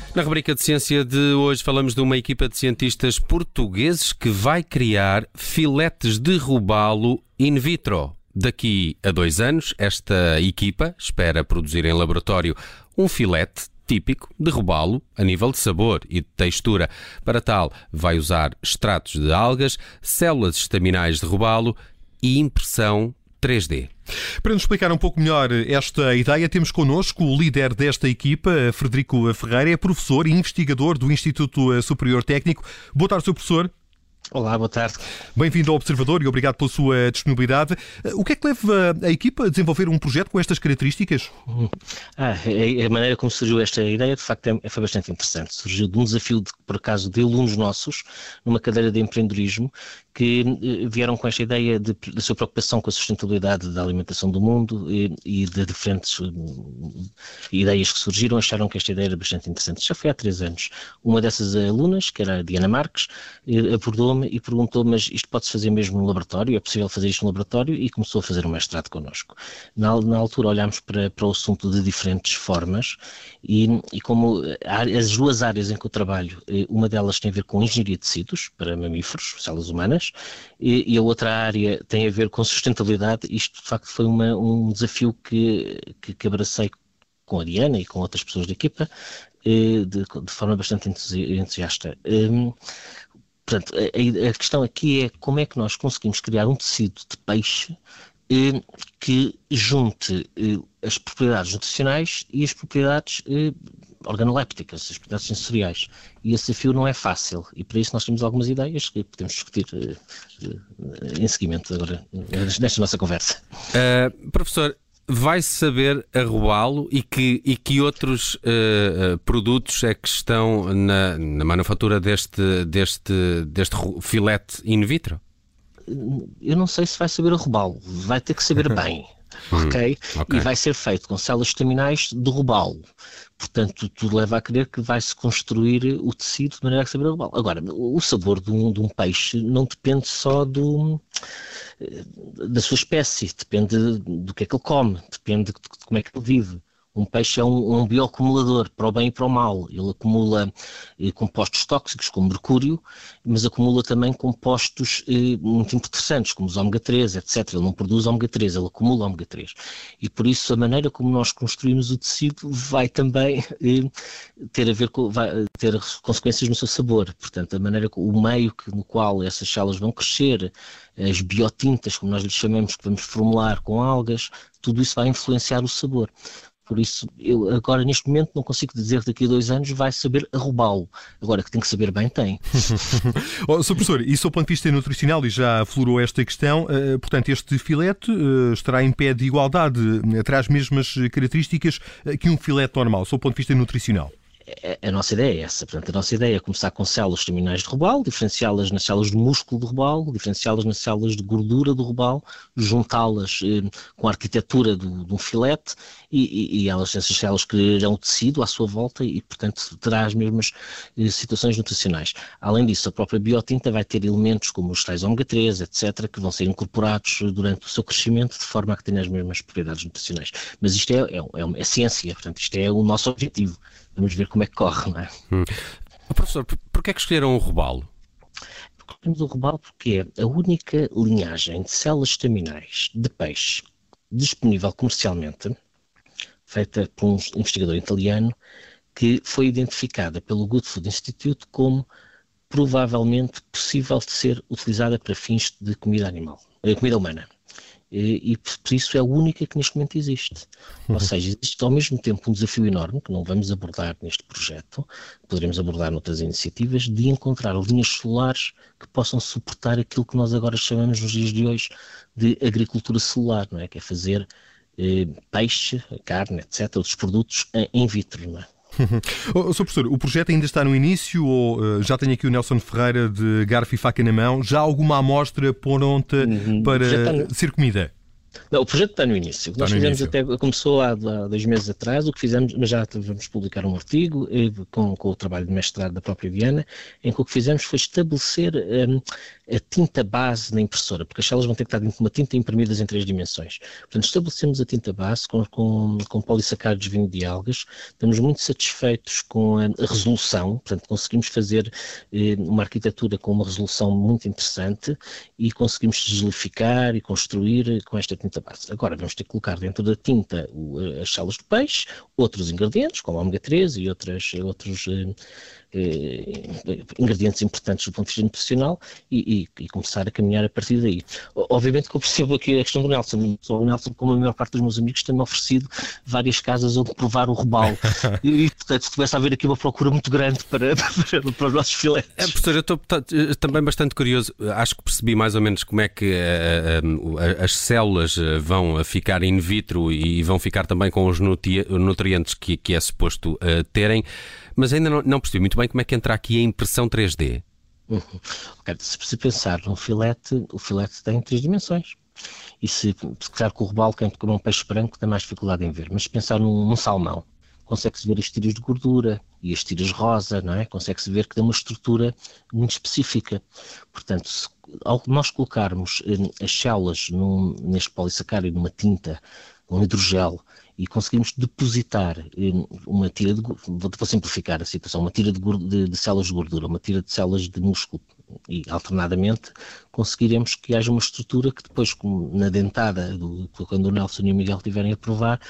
Na rubrica de ciência de hoje falamos de uma equipa de cientistas portugueses que vai criar filetes de robalo in vitro. Daqui a 2 anos, esta equipa espera produzir em laboratório um filete típico de robalo a nível de sabor e de textura. Para tal, vai usar extratos de algas, células estaminais de robalo e impressão 3D. Para nos explicar um pouco melhor esta ideia, temos connosco o líder desta equipa, Frederico Ferreira, é professor e investigador do Instituto Superior Técnico. Boa tarde, Sr. Professor. Olá, boa tarde. Bem-vindo ao Observador e obrigado pela sua disponibilidade. O que é que leva a equipa a desenvolver um projeto com estas características? A maneira como surgiu esta ideia, de facto, foi bastante interessante. Surgiu de um desafio, por acaso, de alunos nossos, numa cadeira de empreendedorismo, que vieram com esta ideia da sua preocupação com a sustentabilidade da alimentação do mundo e de diferentes ideias que surgiram, acharam que esta ideia era bastante interessante. Já foi há 3 anos. Uma dessas alunas, que era a Diana Marques, abordou-me e perguntou: mas isto pode-se fazer mesmo no laboratório? É possível fazer isto no laboratório? E começou a fazer um mestrado connosco. Na altura olhámos para o assunto de diferentes formas e como as 2 áreas em que eu trabalho, uma delas tem a ver com engenharia de tecidos para mamíferos, células humanas, e a outra área tem a ver com sustentabilidade. Isto de facto foi um desafio que abracei com a Diana e com outras pessoas da equipa de forma bastante entusiasta. Portanto, a questão aqui é como é que nós conseguimos criar um tecido de peixe que junte as propriedades nutricionais e as propriedades organolépticas, as propriedades sensoriais. E esse desafio não é fácil. E para isso nós temos algumas ideias que podemos discutir em seguimento agora, nesta nossa conversa. Professor, vai-se saber a robalo e que outros produtos é que estão na manufatura deste filete in vitro? Eu não sei se vai saber a robalo, vai ter que saber bem, ok? E vai ser feito com células estaminais de robalo. Portanto, tudo leva a crer que vai-se construir o tecido de maneira a saber a robalo. Agora, o sabor de um peixe não depende só da sua espécie, depende do que é que ele come, depende de como é que ele vive. Um peixe é um bioacumulador, para o bem e para o mal. Ele acumula compostos tóxicos, como mercúrio, mas acumula também compostos muito interessantes, como os ômega 3, etc. Ele não produz ômega 3, ele acumula ômega 3. E por isso a maneira como nós construímos o tecido vai também ter consequências no seu sabor. Portanto, o meio no qual essas células vão crescer, as biotintas, como nós lhes chamamos, que vamos formular com algas, tudo isso vai influenciar o sabor. Por isso, eu agora neste momento não consigo dizer que daqui a 2 anos vai saber a robalo. Agora que tem que saber bem, tem. Sr. Professor, e do ponto de vista nutricional, e já aflorou esta questão, portanto, este filete estará em pé de igualdade, terá as mesmas características que um filete normal, do ponto de vista nutricional? A nossa ideia é essa. Portanto, a nossa ideia é começar com células estaminais de robalo, diferenciá-las nas células de músculo do robalo, diferenciá-las nas células de gordura do robalo, juntá-las com a arquitetura de um filete e essas células criarão o tecido à sua volta e, portanto, terá as mesmas situações nutricionais. Além disso, a própria biotinta vai ter elementos como os tais ômega 3, etc., que vão ser incorporados durante o seu crescimento de forma a que tenha as mesmas propriedades nutricionais. Mas isto é ciência, portanto, isto é o nosso objetivo. Vamos ver como é que corre, não é? Professor, porquê é que escolheram o robalo? Escolhemos o robalo porque é a única linhagem de células estaminais de peixe disponível comercialmente, feita por um investigador italiano, que foi identificada pelo Good Food Institute como provavelmente possível de ser utilizada para fins de comida humana. E por isso é a única que neste momento existe. Ou seja, existe ao mesmo tempo um desafio enorme, que não vamos abordar neste projeto, poderemos abordar noutras iniciativas, de encontrar linhas celulares que possam suportar aquilo que nós agora chamamos nos dias de hoje de agricultura celular, não é? Que é fazer peixe, carne, etc., outros produtos in vitro, não é? Sr. Professor, o projeto ainda está no início ou já tenho aqui o Nelson Ferreira de garfo e faca na mão? Já há alguma amostra pronta para ser comida? Não, o projeto está no início. Nós fizemos até, começou há 2 meses atrás, o que fizemos, mas já vamos publicar um artigo com o trabalho de mestrado da própria Viana, em que o que fizemos foi estabelecer a tinta base na impressora, porque as células vão ter que estar dentro de uma tinta imprimidas em 3 dimensões. Portanto, estabelecemos a tinta base com polissacáridos vindo de algas, estamos muito satisfeitos com a resolução, portanto, conseguimos fazer uma arquitetura com uma resolução muito interessante e conseguimos deslificar e construir com esta tinta base. Agora vamos ter que colocar dentro da tinta as células do peixe, outros ingredientes, como a ômega 3 e outros ingredientes importantes do ponto de vista nutricional e começar a caminhar a partir daí. Obviamente que eu percebo aqui a questão do Nelson. O Nelson, como a maior parte dos meus amigos, tem-me oferecido várias casas onde provar o robalo e portanto, começa a haver aqui uma procura muito grande para os nossos filetes. Professor, eu estou também bastante curioso. Acho que percebi mais ou menos como é que as células vão ficar in vitro e vão ficar também com os nutrientes que é suposto terem, mas ainda não percebi muito bem como é que entra aqui a impressão 3D. Okay. Se pensar num filete, o filete tem 3 dimensões. E se calhar com o robalo, quem comer um peixe branco tem mais dificuldade em ver. Mas se pensar num salmão, consegue-se ver as tiras de gordura e as tiras rosa, não é? Consegue-se ver que tem uma estrutura muito específica. Portanto, ao nós colocarmos as células neste polissacárido, numa tinta, um hidrogel, e conseguimos depositar uma tira de, vou simplificar a situação, uma tira de células de gordura, uma tira de células de músculo e alternadamente conseguiremos que haja uma estrutura que depois, como na dentada, quando o Nelson e o Miguel estiverem a provar,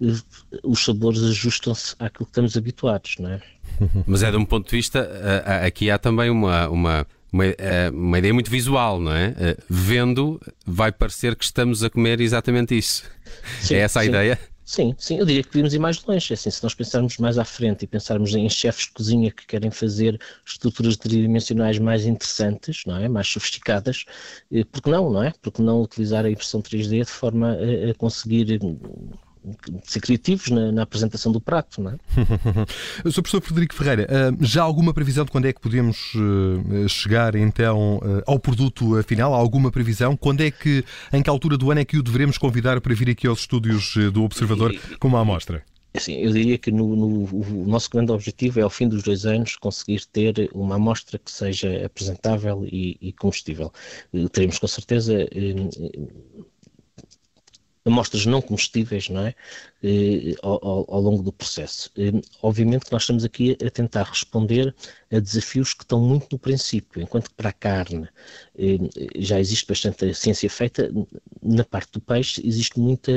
os sabores ajustam-se àquilo que estamos habituados, não é? Mas de um ponto de vista, aqui há também uma ideia muito visual, não é? Vendo, vai parecer que estamos a comer exatamente isso. Sim, é essa a ideia? Sim, eu diria que podíamos ir mais longe. Assim, se nós pensarmos mais à frente e pensarmos em chefes de cozinha que querem fazer estruturas tridimensionais mais interessantes, não é? Mais sofisticadas, porque não é? Porque não utilizar a impressão 3D de forma a conseguir ser criativos na apresentação do prato, não é? Sr. Professor Frederico Ferreira, já há alguma previsão de quando é que podemos chegar então ao produto final? Há alguma previsão? Em que altura do ano é que o devemos convidar para vir aqui aos estúdios do Observador com uma amostra? Assim, eu diria que o nosso grande objetivo é, ao fim dos 2 anos, conseguir ter uma amostra que seja apresentável e comestível. Teremos com certeza amostras não comestíveis, não é? Ao longo do processo. Obviamente que nós estamos aqui a tentar responder a desafios que estão muito no princípio, enquanto que para a carne já existe bastante ciência feita, na parte do peixe existe muita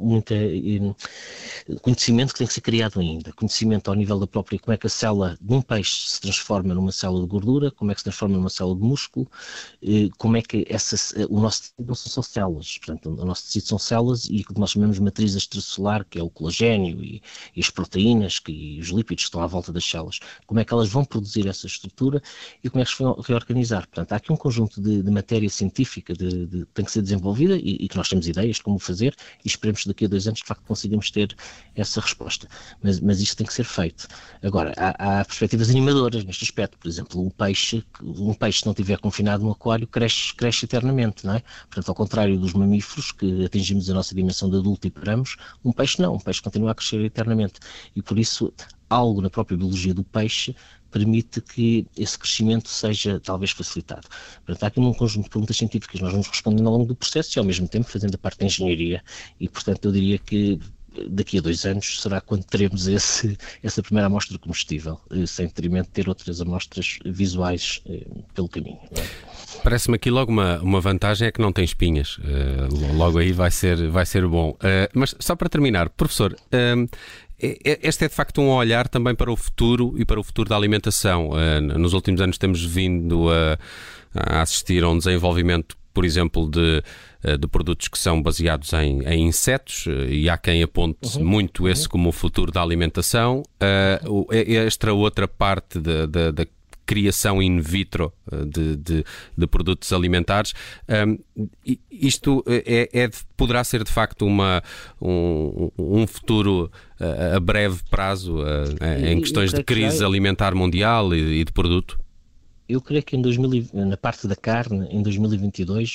conhecimento que tem que ser criado ainda, conhecimento ao nível da própria, como é que a célula de um peixe se transforma numa célula de gordura, como é que se transforma numa célula de músculo, como é que o nosso tecido não são só células, portanto o nosso tecido são células e o que nós chamamos de matriz extracelular, que é o colagênio e as proteínas e os lípidos que estão à volta das células, como é que elas vão produzir essa estrutura e como é que se vão reorganizar. Portanto, há aqui um conjunto de matéria científica que tem que ser desenvolvida e que nós temos ideias de como fazer e esperemos que daqui a 2 anos de facto consigamos ter essa resposta. Mas isso tem que ser feito. Agora, há perspectivas animadoras neste aspecto. Por exemplo, um peixe se não estiver confinado no aquário cresce eternamente, não é? Portanto, ao contrário dos mamíferos que atingimos a nossa dimensão de adulto e paramos, um peixe não, um peixe continua a crescer eternamente e por isso algo na própria biologia do peixe permite que esse crescimento seja talvez facilitado. Portanto, há aqui um conjunto de perguntas científicas que nós vamos respondendo ao longo do processo e ao mesmo tempo fazendo a parte da engenharia e portanto eu diria que daqui a 2 anos será quando teremos essa primeira amostra comestível, sem detrimento de ter outras amostras visuais pelo caminho. Não é? Parece-me aqui logo uma vantagem é que não tem espinhas. Logo aí vai ser bom. Mas só para terminar, professor, este é de facto um olhar também para o futuro e para o futuro da alimentação. Nos últimos anos temos vindo a assistir a um desenvolvimento, por exemplo, de produtos que são baseados em insetos e há quem aponte muito esse como o futuro da alimentação. Esta outra parte da criação in vitro de produtos alimentares. Isto poderá ser de facto um futuro a breve prazo em questões de crise alimentar mundial e de produto? Eu creio que na parte da carne, em 2022,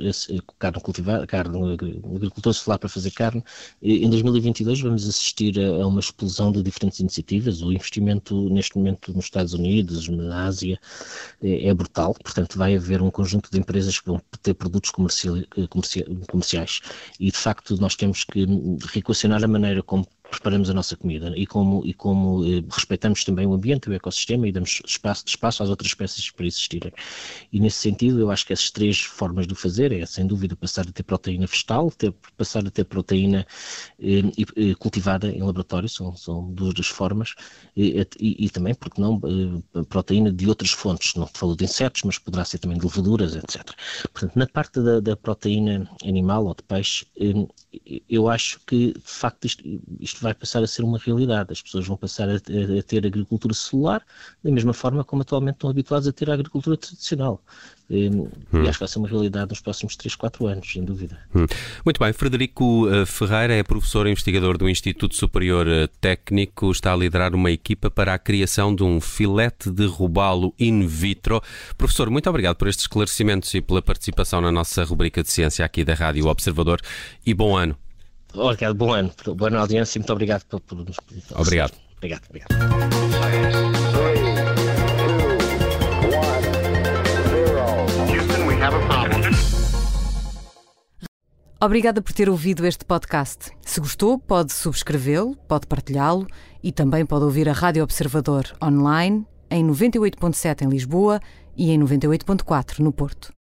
agricultor celular para fazer carne, em 2022 vamos assistir a uma explosão de diferentes iniciativas. O investimento neste momento nos Estados Unidos, na Ásia, é brutal. Portanto, vai haver um conjunto de empresas que vão ter produtos comerciais e, de facto, nós temos que reequacionar a maneira como preparamos a nossa comida e como respeitamos também o ambiente, o ecossistema e damos espaço às outras espécies para existirem. E nesse sentido, eu acho que essas 3 formas de o fazer é, sem dúvida, passar a ter proteína vegetal, passar a ter proteína cultivada em laboratório, são 2 das formas, e também, porque não, proteína de outras fontes, não falou de insetos, mas poderá ser também de levaduras, etc. Portanto, na parte da proteína animal ou de peixe, eu acho que, de facto, isto vai passar a ser uma realidade. As pessoas vão passar a ter agricultura celular da mesma forma como atualmente estão habituados a ter a agricultura tradicional. E acho que vai ser uma realidade nos próximos 3, 4 anos, sem dúvida. Muito bem. Frederico Ferreira é professor e investigador do Instituto Superior Técnico. Está a liderar uma equipa para a criação de um filete de robalo in vitro. Professor, muito obrigado por estes esclarecimentos e pela participação na nossa rubrica de ciência aqui da Rádio Observador, e bom ano. Obrigado, bom ano. Boa audiência e muito obrigado por nos... Obrigado. Obrigado. Obrigada por ter ouvido este podcast. Se gostou, pode subscrevê-lo, pode partilhá-lo e também pode ouvir a Rádio Observador online em 98.7 em Lisboa e em 98.4 no Porto.